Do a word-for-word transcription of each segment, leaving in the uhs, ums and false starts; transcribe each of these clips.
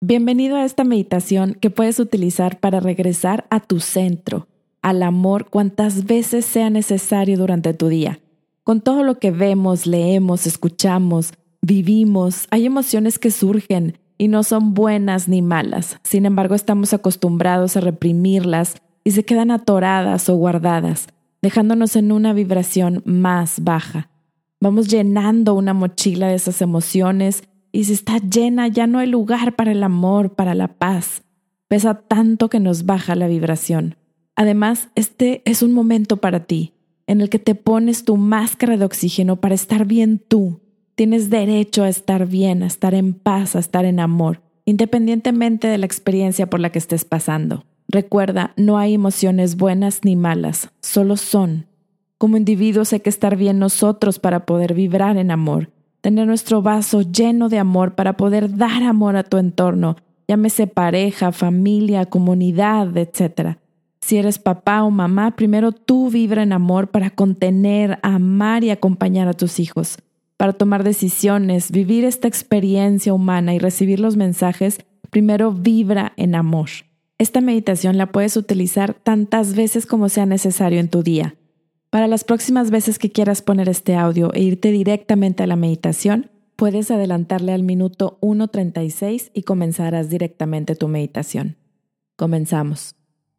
Bienvenido a esta meditación que puedes utilizar para regresar a tu centro, al amor cuantas veces sea necesario durante tu día. Con todo lo que vemos, leemos, escuchamos, vivimos, hay emociones que surgen y no son buenas ni malas. Sin embargo, estamos acostumbrados a reprimirlas y se quedan atoradas o guardadas, dejándonos en una vibración más baja. Vamos llenando una mochila de esas emociones y si está llena ya no hay lugar para el amor, para la paz. Pesa tanto que nos baja la vibración. Además, este es un momento para ti, en el que te pones tu máscara de oxígeno para estar bien tú. Tienes derecho a estar bien, a estar en paz, a estar en amor, independientemente de la experiencia por la que estés pasando. Recuerda, no hay emociones buenas ni malas, solo son. Como individuos hay que estar bien nosotros para poder vibrar en amor. Tener nuestro vaso lleno de amor para poder dar amor a tu entorno, llámese pareja, familia, comunidad, etcétera. Si eres papá o mamá, primero tú vibra en amor para contener, amar y acompañar a tus hijos. Para tomar decisiones, vivir esta experiencia humana y recibir los mensajes, primero vibra en amor. Esta meditación la puedes utilizar tantas veces como sea necesario en tu día. Para las próximas veces que quieras poner este audio e irte directamente a la meditación, puedes adelantarle al minuto uno treinta y seis y comenzarás directamente tu meditación. Comenzamos.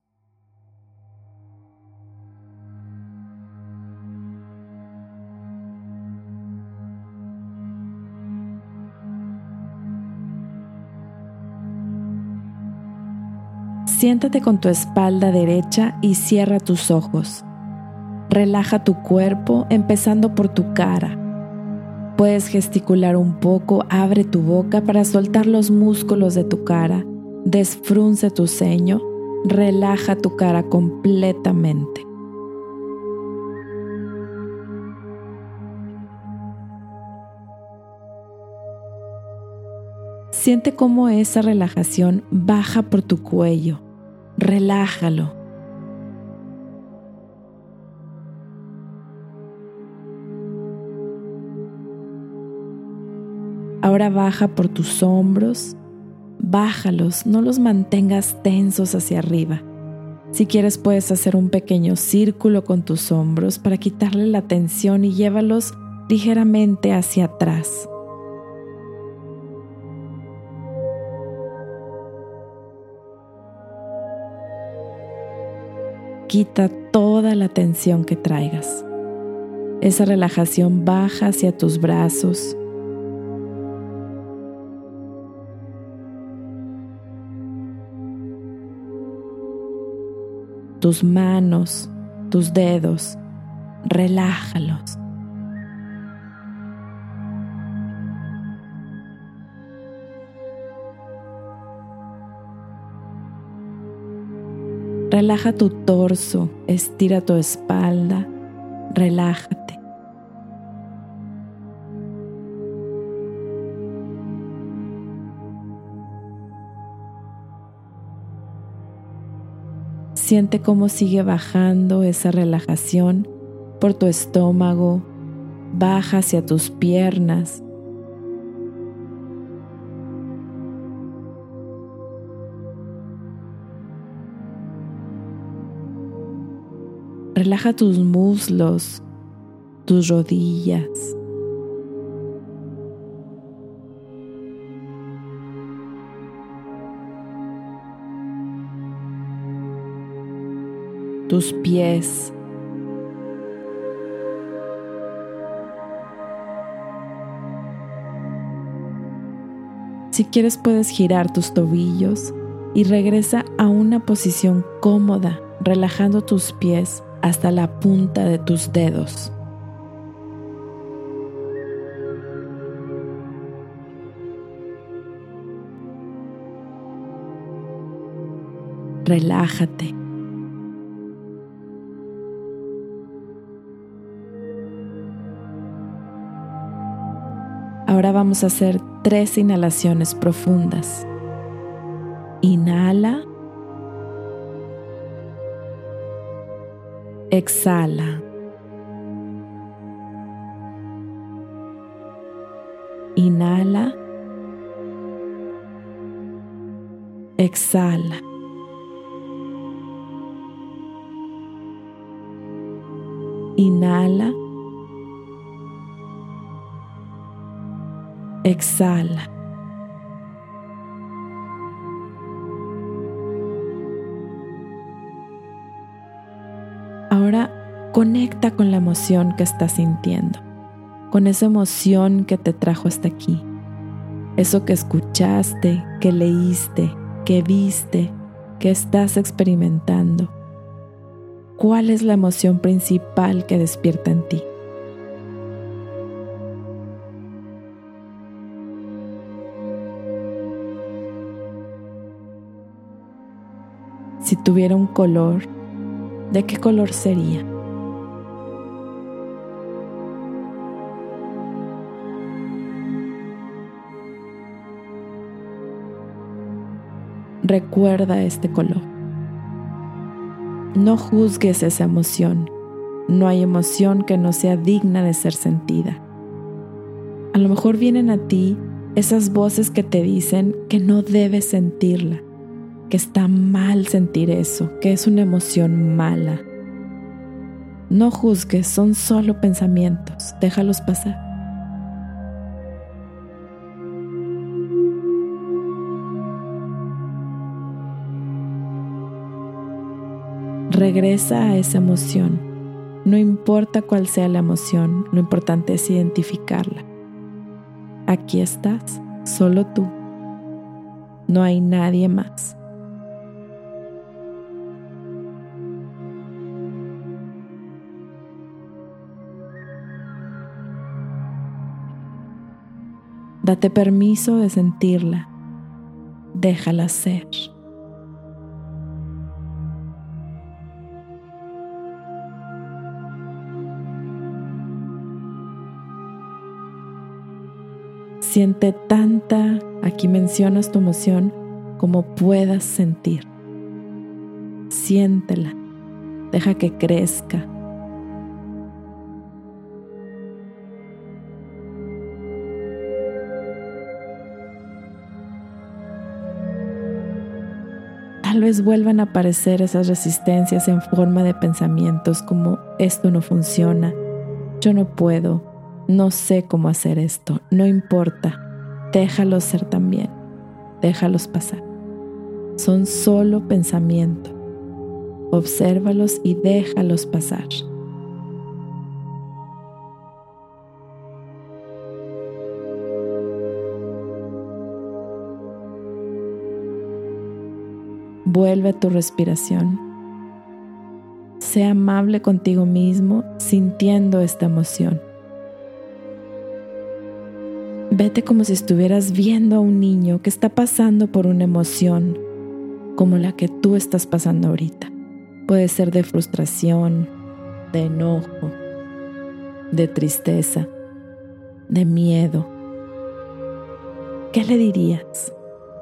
Siéntate con tu espalda derecha y cierra tus ojos. Relaja tu cuerpo, empezando por tu cara. Puedes gesticular un poco, abre tu boca para soltar los músculos de tu cara, desfrunce tu ceño, relaja tu cara completamente. Siente cómo esa relajación baja por tu cuello. Relájalo. Ahora baja por tus hombros, bájalos, no los mantengas tensos hacia arriba. Si quieres puedes hacer un pequeño círculo con tus hombros para quitarle la tensión y llévalos ligeramente hacia atrás. Quita toda la tensión que traigas. Esa relajación baja hacia tus brazos, tus manos, tus dedos, relájalos. Relaja tu torso, estira tu espalda, relájate. Siente cómo sigue bajando esa relajación por tu estómago, baja hacia tus piernas. Relaja tus muslos, tus rodillas. Tus pies. Si quieres puedes girar tus tobillos y regresa a una posición cómoda, relajando tus pies hasta la punta de tus dedos. Relájate. Ahora vamos a hacer tres inhalaciones profundas. Inhala. Exhala. Inhala. Exhala. Inhala. Exhala. Ahora conecta con la emoción que estás sintiendo, con esa emoción que te trajo hasta aquí, eso que escuchaste, que leíste, que viste, que estás experimentando. ¿Cuál es la emoción principal que despierta en ti? Si tuviera un color, ¿de qué color sería? Recuerda este color. No juzgues esa emoción. No hay emoción que no sea digna de ser sentida. A lo mejor vienen a ti esas voces que te dicen que no debes sentirla, que está mal sentir eso, que es una emoción mala. No juzgues, son solo pensamientos, déjalos pasar. Regresa a esa emoción. No importa cuál sea la emoción, lo importante es identificarla. Aquí estás, solo tú. No hay nadie más. Date permiso de sentirla. Déjala ser. Siente tanta, aquí mencionas tu emoción, como puedas sentir. Siéntela, deja que crezca. Tal vez vuelvan a aparecer esas resistencias en forma de pensamientos como esto no funciona, yo no puedo, no sé cómo hacer esto, no importa, déjalos ser también, déjalos pasar. Son solo pensamientos, obsérvalos y déjalos pasar. Vuelve a tu respiración. Sé amable contigo mismo sintiendo esta emoción. Vete como si estuvieras viendo a un niño que está pasando por una emoción como la que tú estás pasando ahorita. Puede ser de frustración, de enojo, de tristeza, de miedo. ¿Qué le dirías?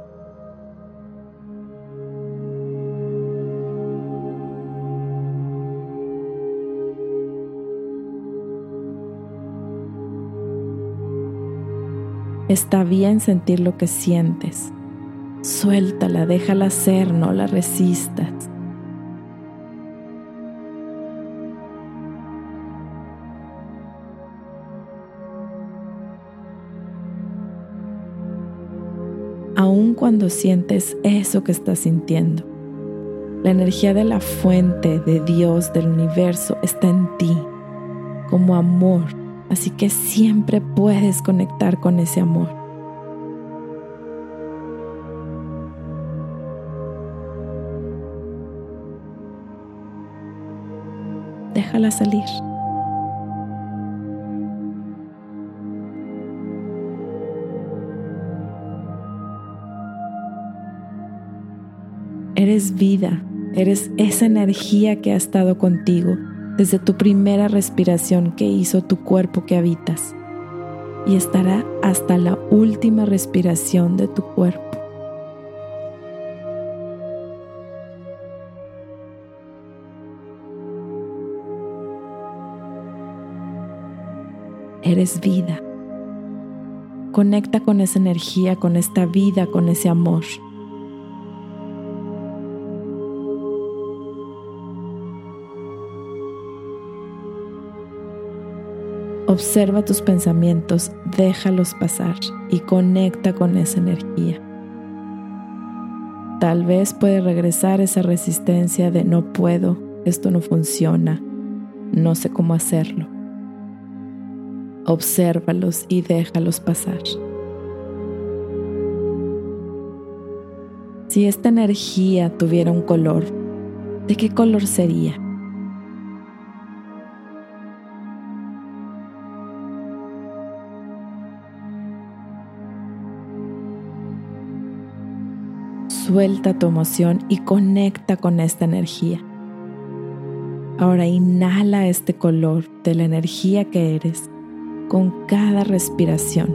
Está bien sentir lo que sientes. Suéltala, déjala ser, no la resistas. Aun cuando sientes eso que estás sintiendo, la energía de la fuente, de Dios, del universo, está en ti, como amor. Así que siempre puedes conectar con ese amor. Déjala salir. Eres vida, eres esa energía que ha estado contigo desde tu primera respiración que hizo tu cuerpo que habitas y estará hasta la última respiración de tu cuerpo. Eres vida. Conecta con esa energía, con esta vida, con ese amor. Observa tus pensamientos, déjalos pasar y conecta con esa energía. Tal vez puede regresar esa resistencia de no puedo, esto no funciona, no sé cómo hacerlo. Obsérvalos y déjalos pasar. Si esta energía tuviera un color, ¿de qué color sería? Suelta tu emoción y conecta con esta energía. Ahora inhala este color de la energía que eres con cada respiración.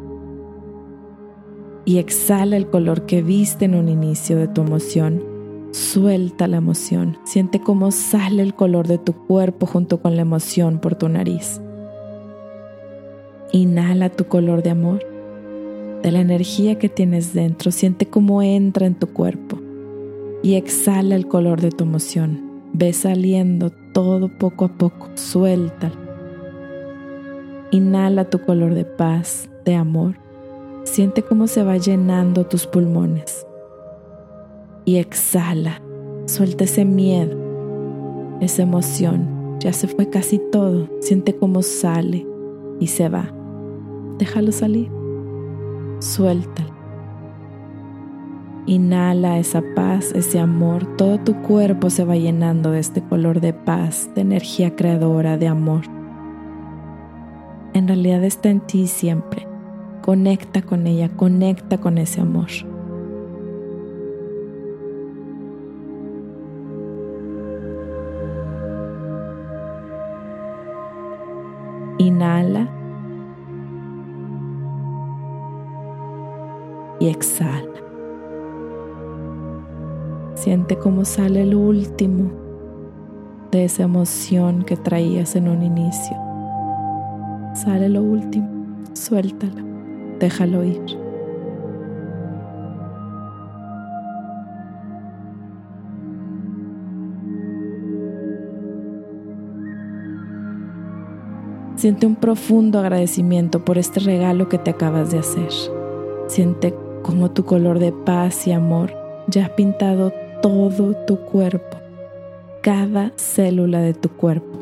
Y exhala el color que viste en un inicio de tu emoción. Suelta la emoción. Siente cómo sale el color de tu cuerpo junto con la emoción por tu nariz. Inhala tu color de amor, de la energía que tienes dentro. Siente cómo entra en tu cuerpo. Y exhala el color de tu emoción. Ve saliendo todo poco a poco. Suéltalo. Inhala tu color de paz, de amor. Siente cómo se va llenando tus pulmones. Y exhala. Suelta ese miedo, esa emoción. Ya se fue casi todo. Siente cómo sale y se va. Déjalo salir. Suéltalo. Inhala esa paz, ese amor. Todo tu cuerpo se va llenando de este color de paz, de energía creadora, de amor. En realidad está en ti siempre. Conecta con ella, conecta con ese amor. Inhala y exhala. Siente cómo sale el último de esa emoción que traías en un inicio. Sale lo último, suéltalo, déjalo ir. Siente un profundo agradecimiento por este regalo que te acabas de hacer. Siente cómo tu color de paz y amor ya ha pintado todo tu cuerpo, cada célula de tu cuerpo.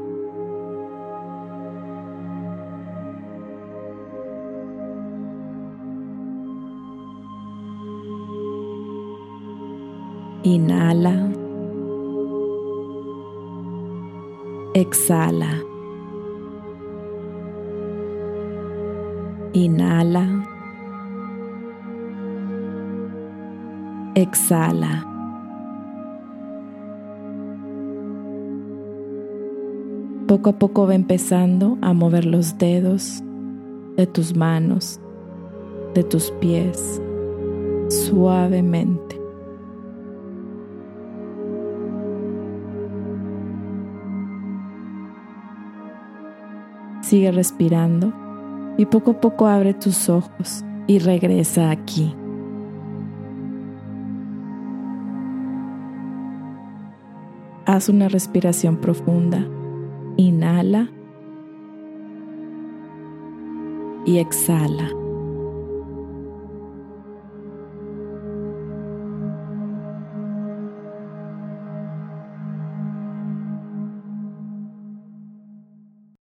Inhala. Exhala. Inhala. Exhala. Poco a poco va empezando a mover los dedos de tus manos, de tus pies, suavemente. Sigue respirando y poco a poco abre tus ojos y regresa aquí. Haz una respiración profunda. Inhala y exhala.